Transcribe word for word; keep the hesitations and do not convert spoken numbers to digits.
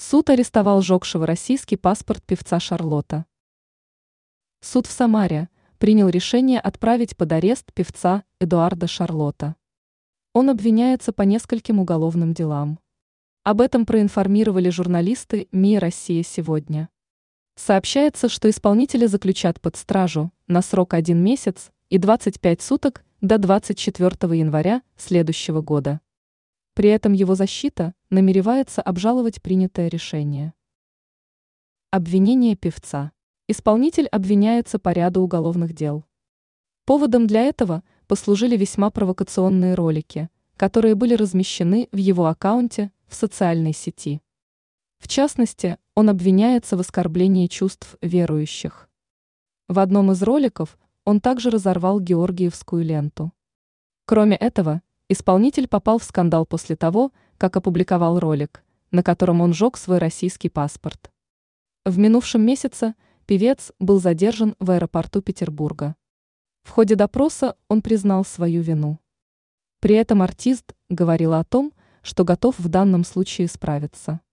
Суд арестовал сжегшего российский паспорт певца Шарлота. Суд в Самаре принял решение отправить под арест певца Эдуарда Шарлота. Он обвиняется по нескольким уголовным делам. Об этом проинформировали журналисты МИА «Россия сегодня». Сообщается, что исполнителя заключат под стражу на срок один месяц и двадцать пять суток до двадцать четвёртого января следующего года. При этом его защита намеревается обжаловать принятое решение. Обвинение певца. Исполнитель обвиняется по ряду уголовных дел. Поводом для этого послужили весьма провокационные ролики, которые были размещены в его аккаунте в социальной сети. В частности, он обвиняется в оскорблении чувств верующих. В одном из роликов он также разорвал георгиевскую ленту. Кроме этого, исполнитель попал в скандал после того, как опубликовал ролик, на котором он сжег свой российский паспорт. В минувшем месяце певец был задержан в аэропорту Петербурга. В ходе допроса он признал свою вину. При этом артист говорил о том, что готов в данном случае исправиться.